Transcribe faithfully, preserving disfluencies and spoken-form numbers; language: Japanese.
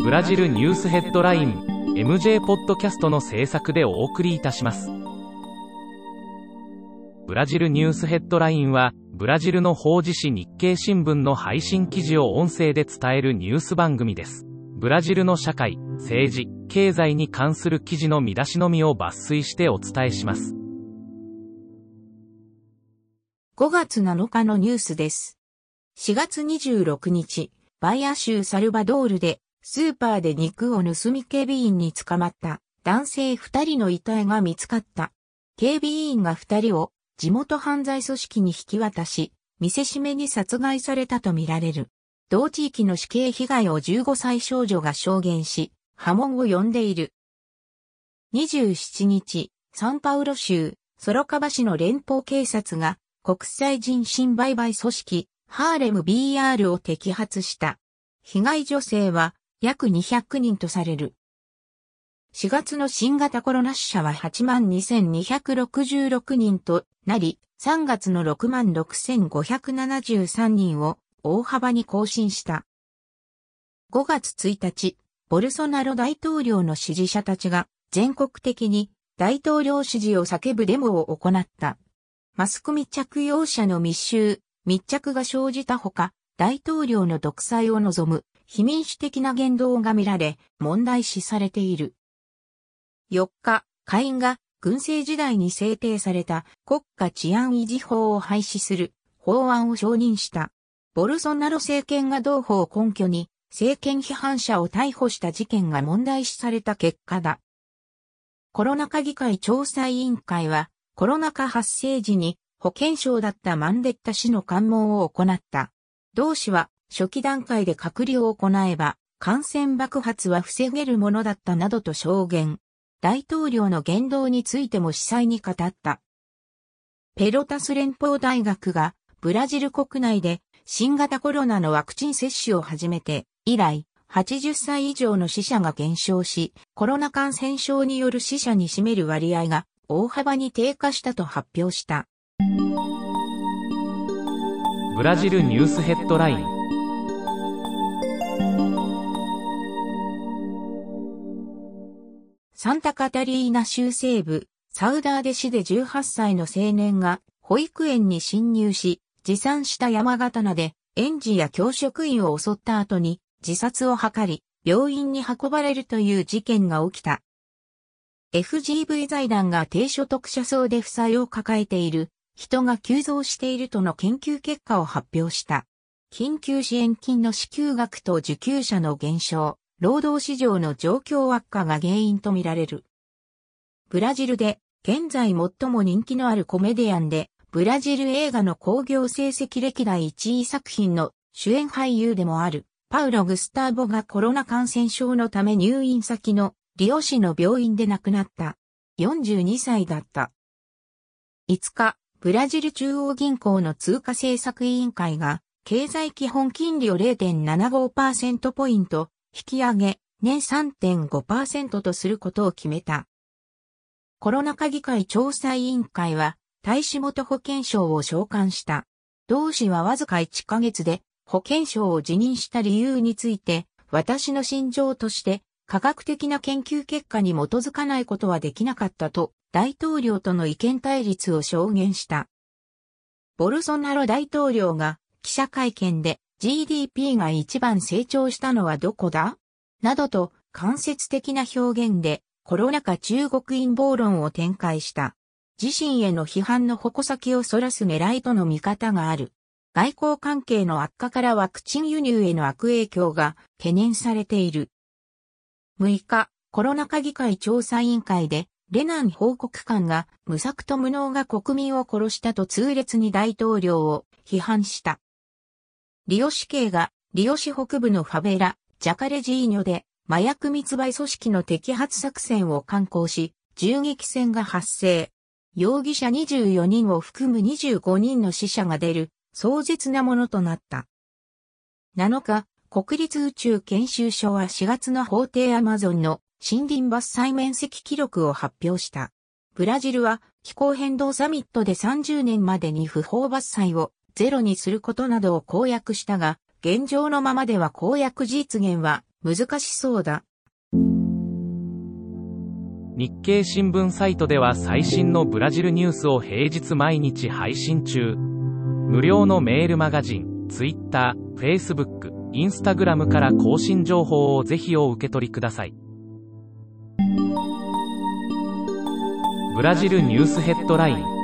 ブラジルニュースヘッドライン エムジェー ポッドキャストの制作でお送りいたします。ブラジルニュースヘッドラインは、ブラジルの法事紙日経新聞の配信記事を音声で伝えるニュース番組です。ブラジルの社会、政治、経済に関する記事の見出しのみを抜粋してお伝えします。 ごがつなのかのニュースです。しがつにじゅうろくにち、バイア州サルバドールで、スーパーで肉を盗み警備員に捕まった男性ふたりの遺体が見つかった。警備員がふたりを地元犯罪組織に引き渡し、見せしめに殺害されたとみられる。同地域の死刑被害をじゅうごさい少女が証言し、波紋を呼んでいる。にじゅうしちにち、サンパウロ州、ソロカバ市の連邦警察が国際人身売買組織、ハーレム ビーアール を摘発した。被害女性は約にひゃくにんとされる。しがつの新型コロナ死者は はちまんにせんにひゃくろくじゅうろくにんとなり、さんがつの ろくまんろくせんごひゃくななじゅうさんにんを大幅に更新した。ごがつついたち、ボルソナロ大統領の支持者たちが全国的に大統領支持を叫ぶデモを行った。マスク密着用者の密集、密着が生じたほか、大統領の独裁を望む非民主的な言動が見られ、問題視されている。よっか、下院が軍政時代に制定された国家治安維持法を廃止する法案を承認した。ボルソナロ政権が同法を根拠に政権批判者を逮捕した事件が問題視された結果だ。コロナ禍議会調査委員会はコロナ禍発生時に保健相だったマンデッタ氏の喚問を行った。同氏は初期段階で隔離を行えば感染爆発は防げるものだったなどと証言。大統領の言動についても司祭に語った。ペロタス連邦大学がブラジル国内で新型コロナのワクチン接種を始めて以来、はちじゅっさい以上の死者が減少し、コロナ感染症による死者に占める割合が大幅に低下したと発表した。 ブラジルニュースヘッドライン。 サンタカタリーナ州西部、サウダーデ市でじゅうはっさいの青年が保育園に侵入し、持参した山刀で園児や教職員を襲った後に自殺を図り、病院に運ばれるという事件が起きた。エフジーブイ 財団が低所得者層で負債を抱えている人が急増しているとの研究結果を発表した。緊急支援金の支給額と受給者の減少。労働市場の状況悪化が原因とみられる。ブラジルで現在最も人気のあるコメディアンで、ブラジル映画の興行成績歴代いちい作品の主演俳優でもあるパウロ・グスターボがコロナ感染症のため入院先のリオ市の病院で亡くなった。よんじゅうにさいだった。いつか、ブラジル中央銀行の通貨政策委員会が経済基本金利を れいてんななごパーセント ポイント引き上げ、年 さんてんごパーセント とすることを決めた。コロナ禍議会調査委員会は、大志元保健相を召喚した。同氏はわずかいっかげつで保健相を辞任した理由について、私の信条として科学的な研究結果に基づかないことはできなかったと、大統領との意見対立を証言した。ボルソナロ大統領が記者会見で、ジーディーピー が一番成長したのはどこだなどと間接的な表現でコロナ禍中国陰謀論を展開した。自身への批判の矛先をそらす狙いとの見方がある。外交関係の悪化からワクチン輸入への悪影響が懸念されている。むいか、コロナ禍議会調査委員会でレナン報告官が無策と無能が国民を殺したと痛烈に大統領を批判した。リオ市警がリオ市北部のファベラ、ジャカレジーニョで麻薬密売組織の摘発作戦を敢行し、銃撃戦が発生。容疑者にじゅうよにんを含むにじゅうごにんの死者が出る壮絶なものとなった。なのか、国立宇宙研修所はしがつの法廷アマゾンの森林伐採面積記録を発表した。ブラジルは気候変動サミットでさんじゅうねんまでに不法伐採をゼロにすることなどを公約したが、現状のままでは公約実現は難しそうだ。 日経新聞サイトでは最新のブラジルニュースを平日毎日配信中。無料のメールマガジン、Twitter、Facebook、Instagram から更新情報をぜひお受け取りください。ブラジルニュースヘッドライン。